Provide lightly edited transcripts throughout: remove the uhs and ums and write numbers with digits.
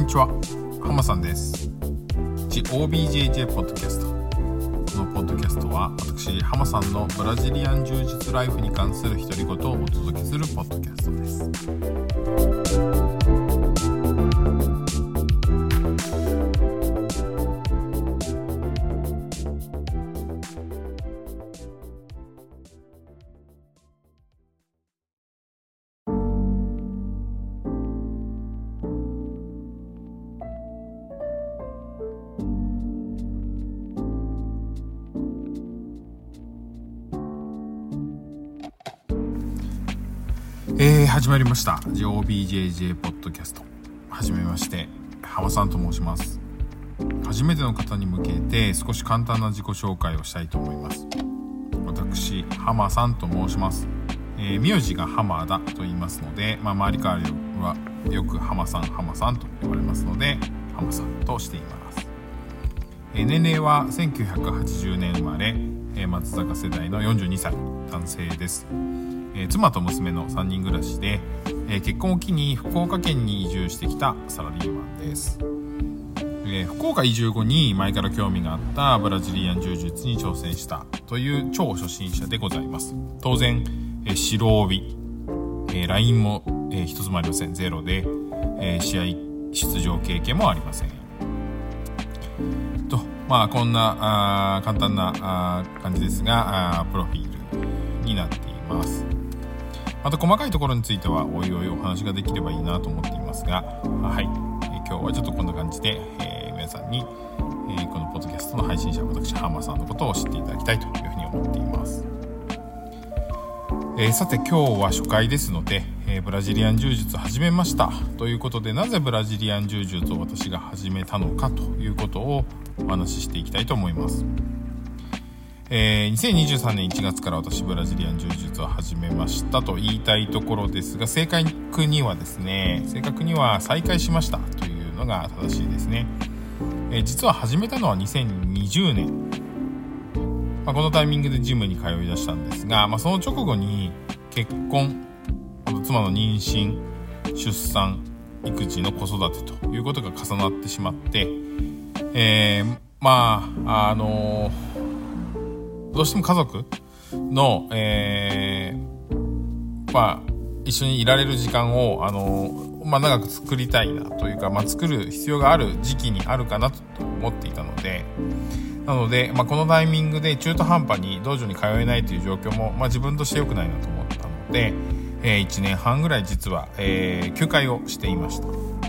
ちは、浜さんです。OBJJ ポッドキャスト。このポッドキャストは私浜さんのブラジリアン柔術ライフに関する独り言をお届けするポッドキャストです。始まりました OBJJ ポッドキャスト。はじめまして、浜さんと申します。初めての方に向けて少し簡単な自己紹介をしたいと思います。私浜さんと申します。名字が浜田と言いますので、周りからはよく浜さんと呼ばれますので、浜さんとしています。年齢は1980年生まれ、松坂世代の42歳男性です。妻と娘の3人暮らしで、結婚を機に福岡県に移住してきたサラリーマンです。福岡移住後に前から興味があったブラジリアン柔術に挑戦したという超初心者でございます。当然、白帯、LINE も、一つもありません。ゼロで、試合出場経験もありません。こんな簡単な感じですが、プロフィールになっています。また細かいところについてはおいおいお話ができればいいなと思っていますが、今日はちょっとこんな感じで、皆さんに、このポッドキャストの配信者私浜さんのことを知っていただきたいというふうに思っています。さて今日は初回ですので、ブラジリアン柔術始めましたということで、なぜブラジリアン柔術を私が始めたのかということをお話ししていきたいと思います。2023年1月から私ブラジリアン柔術を始めましたと言いたいところですが、正確には再開しましたというのが正しいですね。実は始めたのは2020年、このタイミングでジムに通い出したんですが、その直後に結婚、妻の妊娠、出産、育児の子育てということが重なってしまって、どうしても家族の、一緒にいられる時間を長く作りたいなというか、作る必要がある時期にあるかなと思っていたので、このタイミングで中途半端に道場に通えないという状況も、自分として良くないなと思ったので、1年半ぐらい実は、休会をしていました。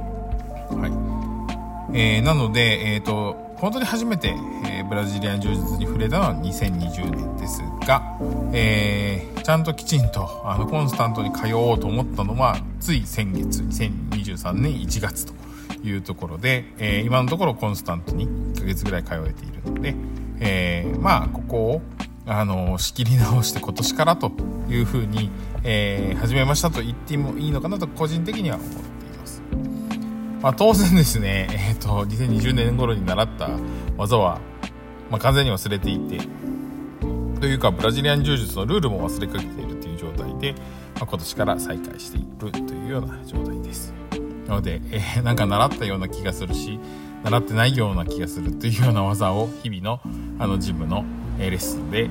なので、本当に初めて、ブラジリアン柔術に触れたのは2020年ですが、ちゃんときちんとコンスタントに通おうと思ったのはつい先月2023年1月というところで、今のところコンスタントに1ヶ月ぐらい通えているので、ここを仕切り直して今年からというふうに、始めましたと言ってもいいのかなと個人的には思っています。当然ですね、2020年頃に習った技は、完全に忘れていて、というかブラジリアン柔術のルールも忘れかけているという状態で、今年から再開しているというような状態です。なので、習ったような気がするし、習ってないような気がするというような技を日々のジムのレッスンで、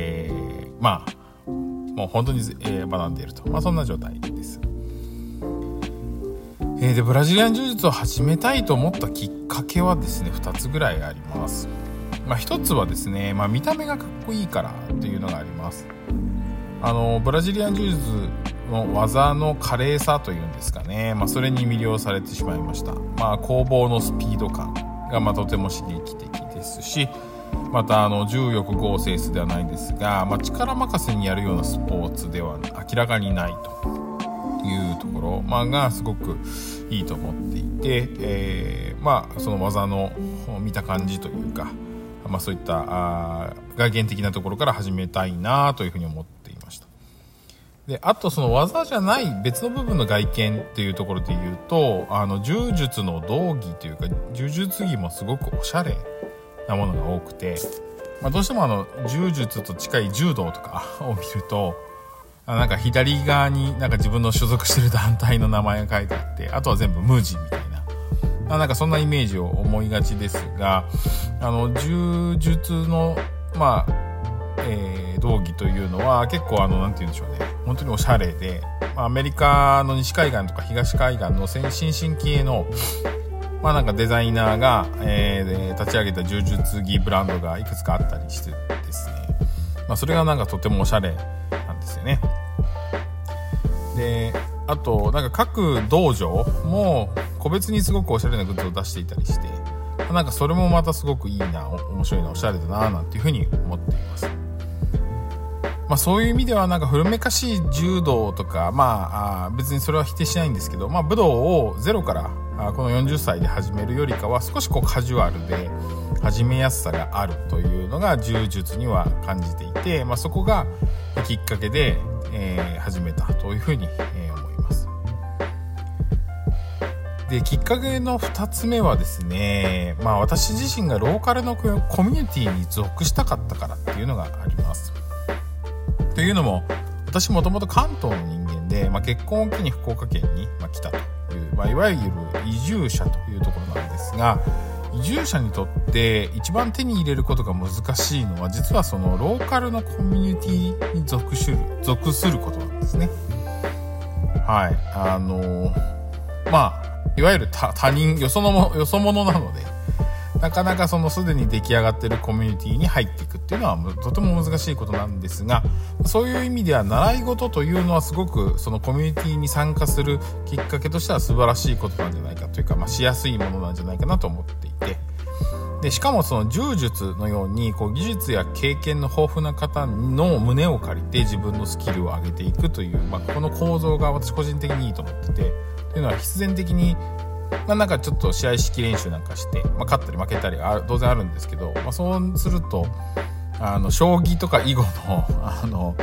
もう本当に、学んでいると、そんな状態です。でブラジリアン柔術を始めたいと思ったきっかけはですね、2つぐらいあります。1つはですね、見た目がかっこいいからというのがあります。ブラジリアン柔術の技の華麗さというんですかね、それに魅了されてしまいました。攻防のスピード感がとても刺激的ですし、また重力合成数ではないですが、力任せにやるようなスポーツでは明らかにないというところ、がすごくいいと思っていて、その技の見た感じというか、そういった外見的なところから始めたいなというふうに思っていました。で、あとその技じゃない別の部分の外見っていうところで言うと、柔術の道着というか柔術着もすごくおしゃれなものが多くて、どうしても柔術と近い柔道とかを見ると、左側に自分の所属してる団体の名前が書いてあって、あとは全部無地みたいななんかそんなイメージを思いがちですが、柔術の道着というのは結構なんて言うんでしょうね、本当におしゃれで、アメリカの西海岸とか東海岸の先進系のなんかデザイナーが、立ち上げた柔術着ブランドがいくつかあったりしてですね、それがなんかとてもおしゃれなんですよね。で、あとなんか各道場も個別にすごくおしゃれなグッズを出していたりして、なんかそれもまたすごくいいな、面白いな、おしゃれだななんていうふうに思っています。そういう意味ではなんか古めかしい柔道とか、別にそれは否定しないんですけど、武道をゼロからこの40歳で始めるよりかは少しカジュアルで始めやすさがあるというのが柔術には感じていて、そこがきっかけで、始めたというふうに、思います。で、きっかけの2つ目はですね、私自身がローカルのコミュニティに属したかったからっていうのがあります。というのも、私もともと関東の人間で、結婚を機に福岡県に来たという、いわゆる移住者というところなんですが、移住者にとって一番手に入れることが難しいのは、実はそのローカルのコミュニティに属することなんですね。はい。いわゆる他人、よそ者なので、なかなかそのすでに出来上がっているコミュニティに入っていくっていうのはとても難しいことなんですが、そういう意味では習い事というのはすごくそのコミュニティに参加するきっかけとしては素晴らしいことなんじゃないかというか、しやすいものなんじゃないかなと思っていて、でしかもその柔術のように技術や経験の豊富な方の胸を借りて自分のスキルを上げていくという、この構造が私個人的にいいと思ってて、というのは必然的になんかちょっと試合式練習なんかして、勝ったり負けたり当然あるんですけど、そうすると将棋とか囲碁の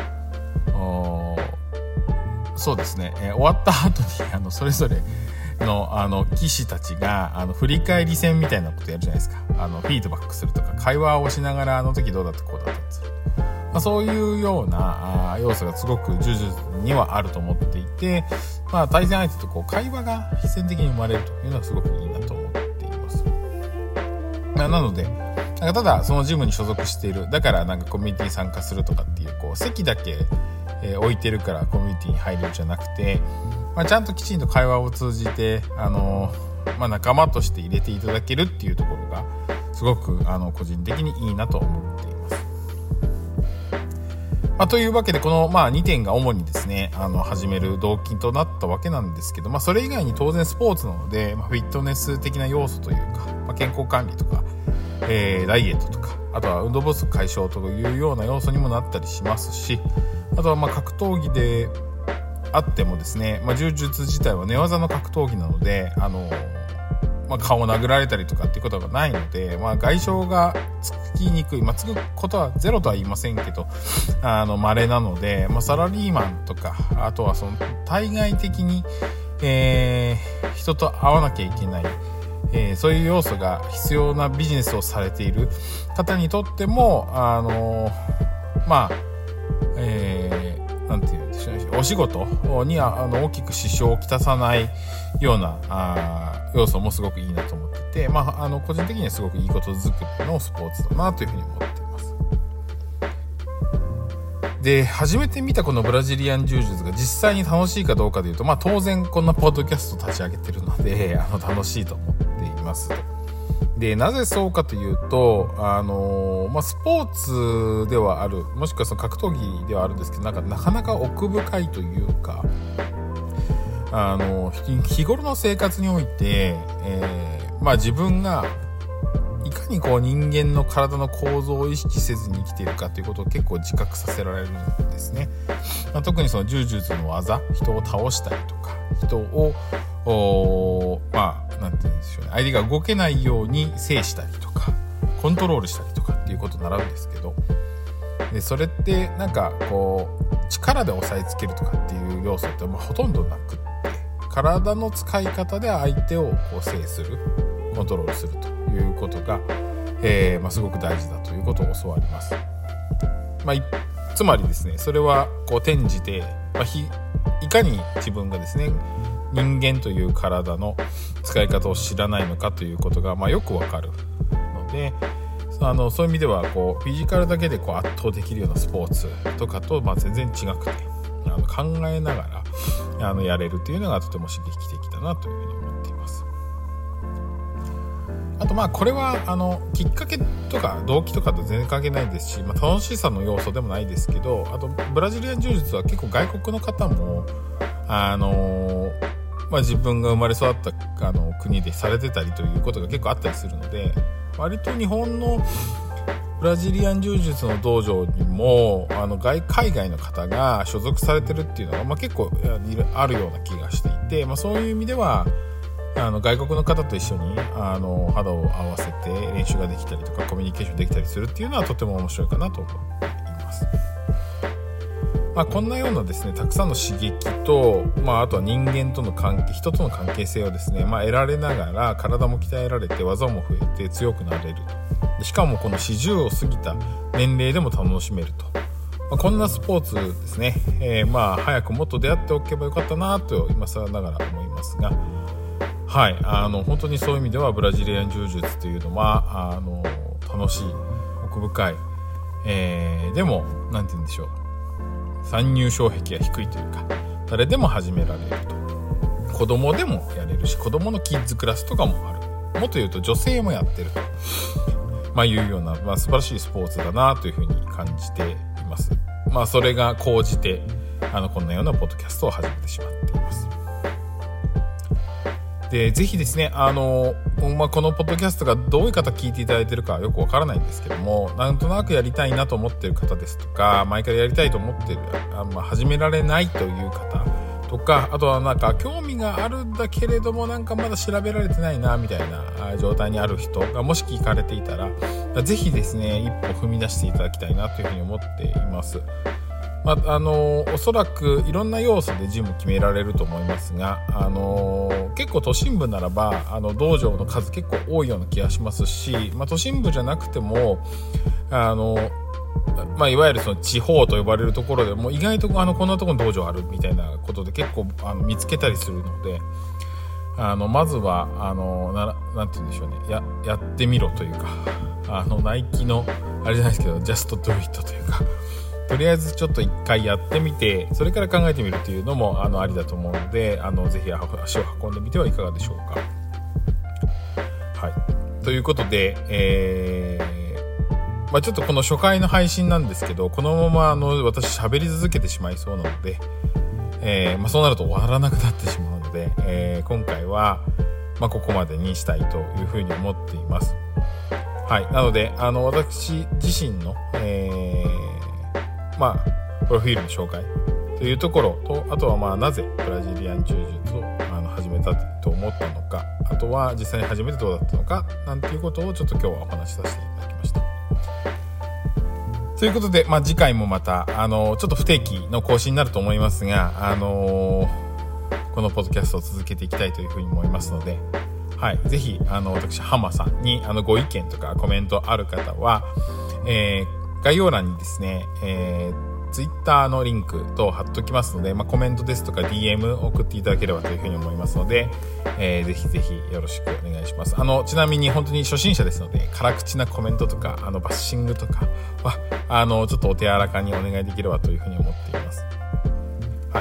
そうですね、終わった後にそれぞれの棋士たちが振り返り戦みたいなことやるじゃないですか。フィードバックするとか会話をしながら時どうだったこうだったってすると、そういうような要素がすごく柔術にはあると思っていて、対戦相手と会話が必然的に生まれるというのはすごくいいなと思っています。なのでただそのジムに所属している、だからなんかコミュニティに参加するとかっていう席だけ、置いてるからコミュニティに入れるじゃなくて、ちゃんときちんと会話を通じて仲間として入れていただけるっていうところがすごく個人的にいいなと思っています。というわけでこの2点が主にですね始める動機となったわけなんですけど、それ以外に当然スポーツなので、フィットネス的な要素というか、健康管理とか、ダイエットとか、あとは運動不足解消というような要素にもなったりしますし、あとは格闘技であってもですね、柔術自体は寝技の格闘技なので顔を殴られたりとかっていうことがないので、外傷がつきにくい、つくことはゼロとは言いませんけど稀なので、サラリーマンとか、あとはその対外的に、人と会わなきゃいけない、そういう要素が必要なビジネスをされている方にとってもなんていうんでしょうね、お仕事には大きく支障をきたさないような要素もすごくいいなと思ってて、個人的にはすごくいいことづくりのスポーツだなというふうに思っています。で、初めて見たこのブラジリアン柔術が実際に楽しいかどうかでいうと、当然こんなポッドキャスト立ち上げてるので楽しいと思っています。で、なぜそうかというとスポーツではある、もしくはその格闘技ではあるんですけど、なかなか奥深いというか日頃の生活において、自分がいかに人間の体の構造を意識せずに生きているかということを結構自覚させられるんですね。特にその柔術の技、人を倒したりとか、人をなんて言うんでしょうね、相手が動けないように制したりとかコントロールしたりとかっていうことを習うんですけど、でそれって力で押さえつけるとかっていう要素ってほとんどなくって、体の使い方で相手を制する、コントロールするということが、すごく大事だということを教わります。つまりですね、それは転じて、いかに自分がですね人間という体の使い方を知らないのかということが、よくわかるので、そういう意味ではフィジカルだけで圧倒できるようなスポーツとかと、全然違くて考えながらやれるというのがとても刺激的だなというふうに思っています。あとこれはきっかけとか動機とかと全然関係ないですし、楽しさの要素でもないですけど、あとブラジリアン柔術は結構外国の方も自分が生まれ育った国でされてたりということが結構あったりするので、割と日本のブラジリアン柔術の道場にも海外の方が所属されてるっていうのが、結構あるような気がしていて、そういう意味では外国の方と一緒に肌を合わせて練習ができたりとかコミュニケーションできたりするっていうのはとても面白いかなと思っています。こんなようなですね、たくさんの刺激と、あとは人間との関係、人との関係性をですね、得られながら体も鍛えられて技も増えて強くなれると。しかもこの40を過ぎた年齢でも楽しめると。こんなスポーツですね、早くもっと出会っておけばよかったなと今更ながら思いますが、はい、本当にそういう意味ではブラジリアン柔術というのは楽しい、奥深い、でもなんて言うんでしょう、参入障壁が低いというか誰でも始められると。子供でもやれるし、子供のキッズクラスとかもある、もっと言うと女性もやってると、いうような、素晴らしいスポーツだなというふうに感じています。それが高じてこんなようなポッドキャストを始めてしまっています。でぜひですねこのポッドキャストがどういう方聞いていただいているかはよくわからないんですけども、なんとなくやりたいなと思っている方ですとか、前からやりたいと思っている始められないという方とか、あとは興味があるんだけれどもまだ調べられてないなみたいな状態にある人がもし聞かれていたら、ぜひですね一歩踏み出していただきたいなというふうに思っています。おそらくいろんな要素でジム決められると思いますが、結構都心部ならば道場の数結構多いような気がしますし、都心部じゃなくてもいわゆるその地方と呼ばれるところでも意外とこんなところに道場あるみたいなことで結構見つけたりするので、まずはなんて言うんでしょうね、やってみろというか、ナイキのあれじゃないですけど Just Do It というか、とりあえずちょっと一回やってみてそれから考えてみるというのもありだと思うので、ぜひ足を運んでみてはいかがでしょうか。はい、ということで、ちょっとこの初回の配信なんですけど、このまま私喋り続けてしまいそうなので、そうなると終わらなくなってしまうので、今回は、ここまでにしたいというふうに思っています。はい、なので私自身の、プロフィールの紹介というところと、あとはなぜブラジリアン柔術を始めたと思ったのか、あとは実際に始めてどうだったのかなんていうことをちょっと今日はお話しさせていただきました。ということで、次回もまたちょっと不定期の更新になると思いますが、このポッドキャストを続けていきたいというふうに思いますので、はい、ぜひ私浜さんにご意見とかコメントある方は、概要欄にですね、Twitter のリンクと貼っときますので、コメントですとか DM を送っていただければというふうに思いますので、ぜひぜひよろしくお願いします。ちなみに本当に初心者ですので、辛口なコメントとかバッシングとかはちょっとお手柔らかにお願いできればというふうに思っています。はい、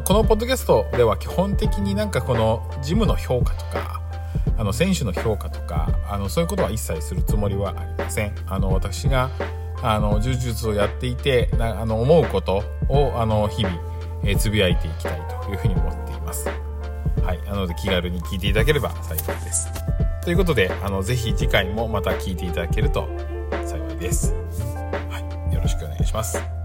このポッドキャストでは基本的にこのジムの評価とか選手の評価とかそういうことは一切するつもりはありません。私が柔術をやっていて思うことを日々、つぶやいていきたいというふうに思っています。はい、なので気軽に聞いていただければ幸いです。ということでぜひ次回もまた聞いていただけると幸いです。はい、よろしくお願いします。